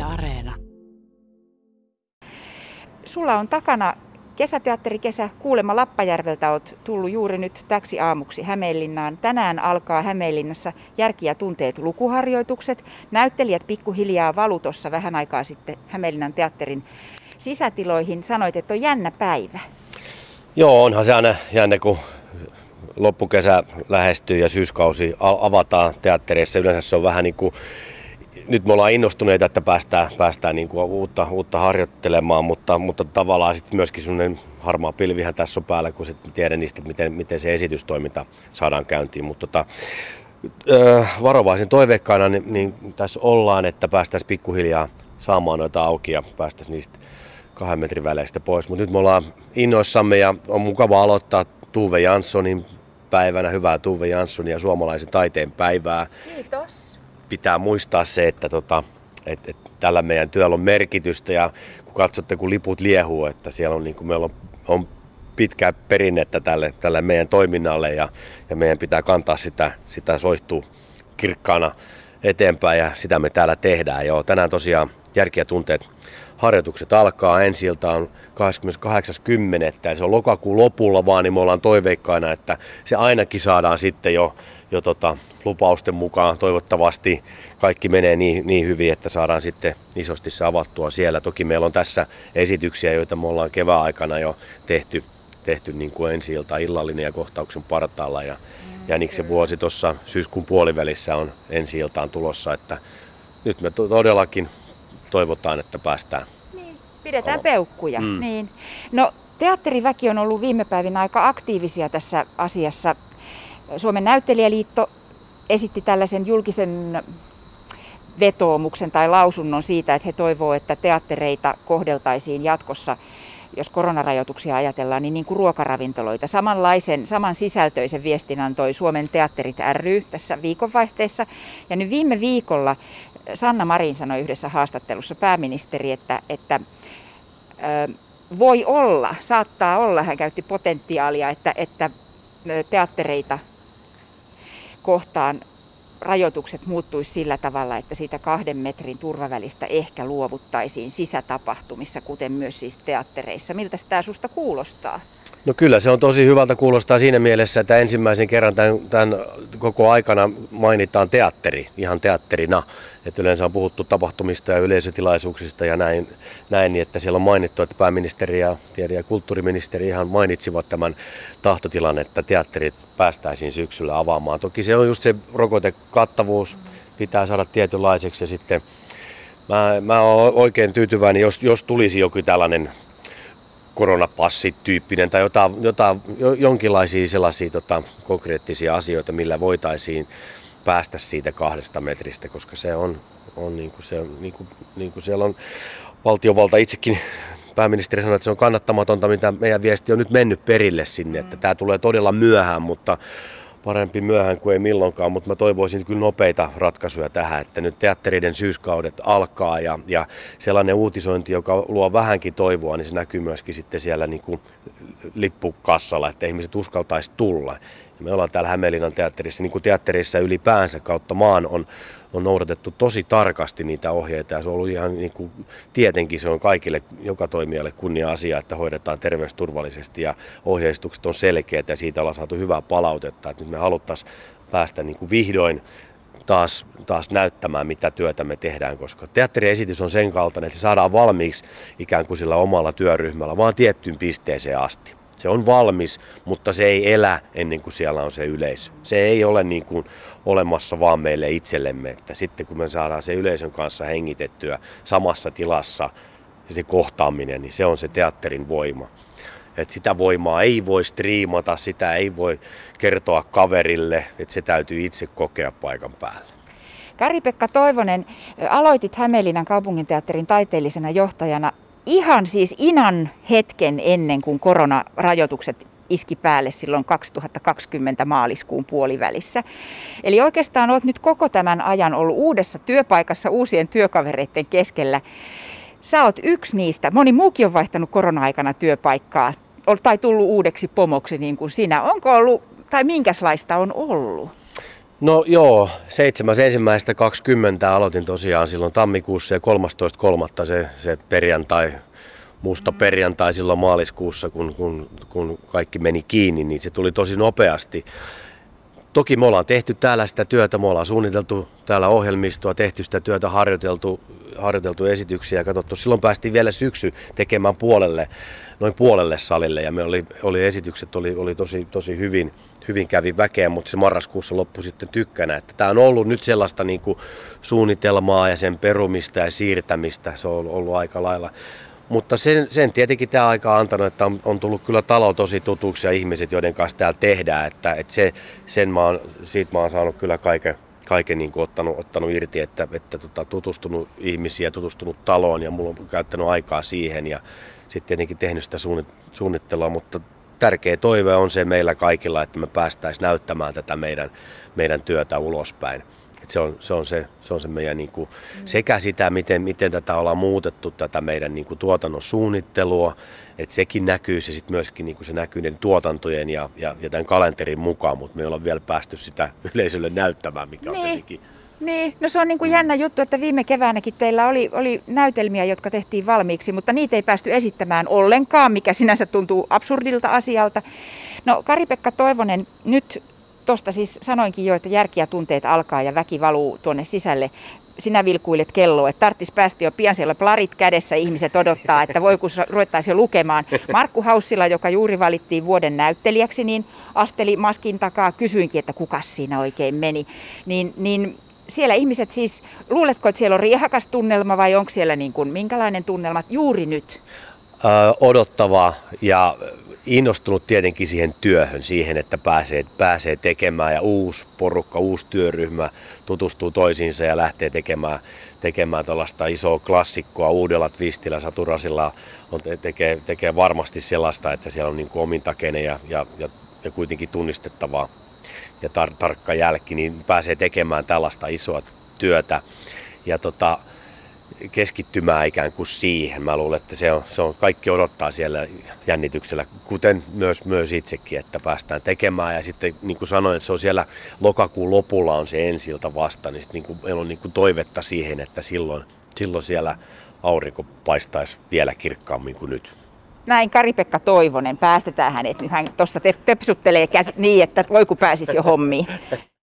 Yle Areena. Sulla on takana kesäteatterikesä. Kuulemma Lappajärveltä oot tullut juuri nyt täksi aamuksi Hämeenlinnaan. Tänään alkaa Hämeenlinnassa Järki ja tunteet -lukuharjoitukset. Näyttelijät pikkuhiljaa valu tuossa vähän aikaa sitten Hämeenlinnan teatterin sisätiloihin. Sanoit, että on jännä päivä. Joo, onhan se aina jännä, kun loppukesä lähestyy ja syyskausi avataan teattereissa. Yleensä se on vähän niin kuin, nyt me ollaan innostuneita, että päästään niin kuin uutta harjoittelemaan, mutta tavallaan sitten myöskin sellainen harmaa pilvihän tässä on päällä, kun tiedän niistä, miten se esitystoiminta saadaan käyntiin. Mutta varovaisen toiveikkaana niin tässä ollaan, että päästäisiin pikkuhiljaa saamaan noita auki ja päästäisiin niistä 2 metrin väleistä pois. Mutta nyt me ollaan innoissamme ja on mukava aloittaa Tove Janssonin päivänä, hyvää Tove Janssonia, suomalaisen taiteen päivää. Kiitos. Pitää muistaa se, että tällä meidän työllä on merkitystä ja kun katsotte, kun liput liehuu, että siellä on, niin kuin meillä on pitkää perinnettä tälle meidän toiminnalle ja meidän pitää kantaa sitä soihtuu kirkkaana eteenpäin ja sitä me täällä tehdään. Joo, tänään tosiaan Järki ja tunteet -harjoitukset alkaa. Ensi-ilta on 28.10. ja se on lokakuun lopulla vaan, niin me ollaan toiveikkaina, että se ainakin saadaan sitten jo lupausten mukaan. Toivottavasti kaikki menee niin hyvin, että saadaan sitten isosti se avattua siellä. Toki meillä on tässä esityksiä, joita me ollaan kevään aikana jo tehty niin kuin ensi-ilta illallinen ja kohtauksen partaalla. Ja Jäniksen vuosi tuossa syyskuun puolivälissä on ensi-iltaan tulossa, että nyt me todellakin toivotaan, että päästään. Niin, pidetään peukkuja. Niin. No, teatteriväki on ollut viime päivinä aika aktiivisia tässä asiassa. Suomen näyttelijäliitto esitti tällaisen julkisen vetoomuksen tai lausunnon siitä, että he toivoo, että teattereita kohdeltaisiin jatkossa, jos koronarajoituksia ajatellaan, niin kuin ruokaravintoloita. Saman sisältöisen viestin antoi Suomen teatterit ry tässä viikonvaihteessa. Ja nyt viime viikolla Sanna Marin sanoi yhdessä haastattelussa pääministeri, että voi olla, saattaa olla, hän käytti potentiaalia, että teattereita kohtaan rajoitukset muuttuisi sillä tavalla, että siitä 2 metrin turvavälistä ehkä luovuttaisiin sisätapahtumissa, kuten myös siis teattereissa. Miltä tämä susta kuulostaa? No kyllä se on tosi hyvältä kuulostaa siinä mielessä, että ensimmäisen kerran tämän koko aikana mainitaan teatteri, ihan teatterina. Että yleensä on puhuttu tapahtumista ja yleisötilaisuuksista ja näin niin että siellä on mainittu, että pääministeri ja tiede- ja kulttuuriministeri ihan mainitsivat tämän tahtotilan, että teatterit päästäisiin syksyllä avaamaan. Toki se on just se rokotekattavuus, pitää saada tietynlaiseksi ja sitten mä oon oikein tyytyväinen, jos tulisi joku tällainen koronapassityyppinen tai jonkinlaisia sellaisia konkreettisia asioita, millä voitaisiin päästä siitä 2 metristä, koska se on niin kuin siellä on valtiovalta itsekin, pääministeri sanoi, että se on kannattamatonta, mitä meidän viesti on nyt mennyt perille sinne, että tämä tulee todella myöhään, mutta parempi myöhään kuin ei milloinkaan, mutta mä toivoisin kyllä nopeita ratkaisuja tähän, että nyt teattereiden syyskaudet alkaa ja sellainen uutisointi, joka luo vähänkin toivoa, niin se näkyy myöskin sitten siellä niin kuin lippukassalla, että ihmiset uskaltaisi tulla. Ja me ollaan täällä Hämeenlinnan teatterissa, niin kuin teatterissa ylipäänsä kautta maan on noudatettu tosi tarkasti niitä ohjeita ja se on ollut ihan niin kuin, tietenkin se on kaikille, joka toimijalle kunnia-asia, että hoidetaan terveysturvallisesti ja ohjeistukset on selkeät ja siitä ollaan saatu hyvää palautetta, että nyt me haluttaisiin päästä niin kuin vihdoin taas näyttämään, mitä työtä me tehdään, koska teatteriesitys on sen kaltainen, että se saadaan valmiiksi ikään kuin sillä omalla työryhmällä, vaan tiettyyn pisteeseen asti. Se on valmis, mutta se ei elä ennen kuin siellä on se yleisö. Se ei ole niin kuin olemassa vaan meille itsellemme, että sitten kun me saadaan se yleisön kanssa hengitettyä samassa tilassa, se kohtaaminen, niin se on se teatterin voima. Että sitä voimaa ei voi striimata, sitä ei voi kertoa kaverille, että se täytyy itse kokea paikan päällä. Kari-Pekka Toivonen, aloitit Hämeenlinnan kaupunginteatterin taiteellisena johtajana ihan siis inan hetken ennen kuin koronarajoitukset iski päälle silloin 2020 maaliskuun puolivälissä. Eli oikeastaan olet nyt koko tämän ajan ollut uudessa työpaikassa uusien työkavereiden keskellä. Sä oot yksi niistä. Moni muukin on vaihtanut korona-aikana työpaikkaa tai tullut uudeksi pomoksi niin kuin sinä. Onko ollut, tai minkälaista on ollut? No joo, 7.1.20 aloitin tosiaan silloin tammikuussa ja 13.3. se perjantai, musta perjantai silloin maaliskuussa, kun kaikki meni kiinni, niin se tuli tosi nopeasti. Toki me ollaan tehty täällä sitä työtä, me ollaan suunniteltu täällä ohjelmistoa, tehty sitä työtä, harjoiteltu esityksiä ja katsottu. Silloin päästiin vielä syksy tekemään noin puolelle salille ja me esitykset oli tosi hyvin kävi väkeä, mutta se marraskuussa loppui sitten tykkänä. Että tämä on ollut nyt sellaista niin kuin suunnitelmaa ja sen perumista ja siirtämistä, se on ollut aika lailla. Mutta sen tietenkin tämä aika on antanut, että on tullut kyllä talo tosi tutuksi ja ihmiset, joiden kanssa täällä tehdään. Että siitä mä oon saanut kyllä kaiken niin kuin ottanut irti, että tutustunut ihmisiä, tutustunut taloon ja mulla on käyttänyt aikaa siihen ja sitten tietenkin tehnyt sitä suunnittelua, mutta tärkeä toive on se meillä kaikilla, että me päästäisiin näyttämään tätä meidän työtä ulospäin. Se on se meidän niin kuin, sekä sitä, miten tätä ollaan muutettu, tätä meidän niin kuin, tuotannon suunnittelua, että sekin näkyy, se sitten myöskin niin kuin, se näkyy niiden tuotantojen ja tämän kalenterin mukaan, mutta me ollaan vielä päästy sitä yleisölle näyttämään, mikä on tietenkin. Niin, no se on niin kuin jännä juttu, että viime keväänäkin teillä oli näytelmiä, jotka tehtiin valmiiksi, mutta niitä ei päästy esittämään ollenkaan, mikä sinänsä tuntuu absurdilta asialta. No Kari-Pekka Toivonen, nyt tuosta siis sanoinkin jo, että järki ja tunteet alkaa ja väki valuu tuonne sisälle. Sinä vilkuilet kelloa, että tarvitsisi päästä jo pian, siellä plarit kädessä, ihmiset odottaa, että voi kun ruvettaisiin jo lukemaan. Markku Haussila, joka juuri valittiin vuoden näyttelijäksi, niin asteli maskin takaa, kysyinkin, että kukas siinä oikein meni. Niin siellä ihmiset siis, luuletko, että siellä on riehakas tunnelma vai onko siellä niin kuin, minkälainen tunnelma juuri nyt? Odottava ja innostunut tietenkin siihen työhön, siihen, että pääsee tekemään ja uusi porukka, uusi työryhmä tutustuu toisiinsa ja lähtee tekemään tuollaista isoa klassikkoa uudella twistillä. Satu Rasila tekee varmasti sellaista, että siellä on niin kuin omintakeinen ja kuitenkin tunnistettavaa ja tarkka jälki, niin pääsee tekemään tällaista isoa työtä ja keskittymään ikään kuin siihen. Mä luulen, että se on kaikki odottaa siellä jännityksellä, kuten myös itsekin, että päästään tekemään. Ja sitten niin kuin sanoin, että se on siellä lokakuun lopulla on se ensi-ilta vasta, niin, niin kuin, meillä on niin kuin toivetta siihen, että silloin siellä aurinko paistaisi vielä kirkkaammin kuin nyt. Näin Kari-Pekka Toivonen, päästetään hänet nyt. Hän tuossa tepsuttelee käsit niin, että voi kun pääsisi jo hommiin.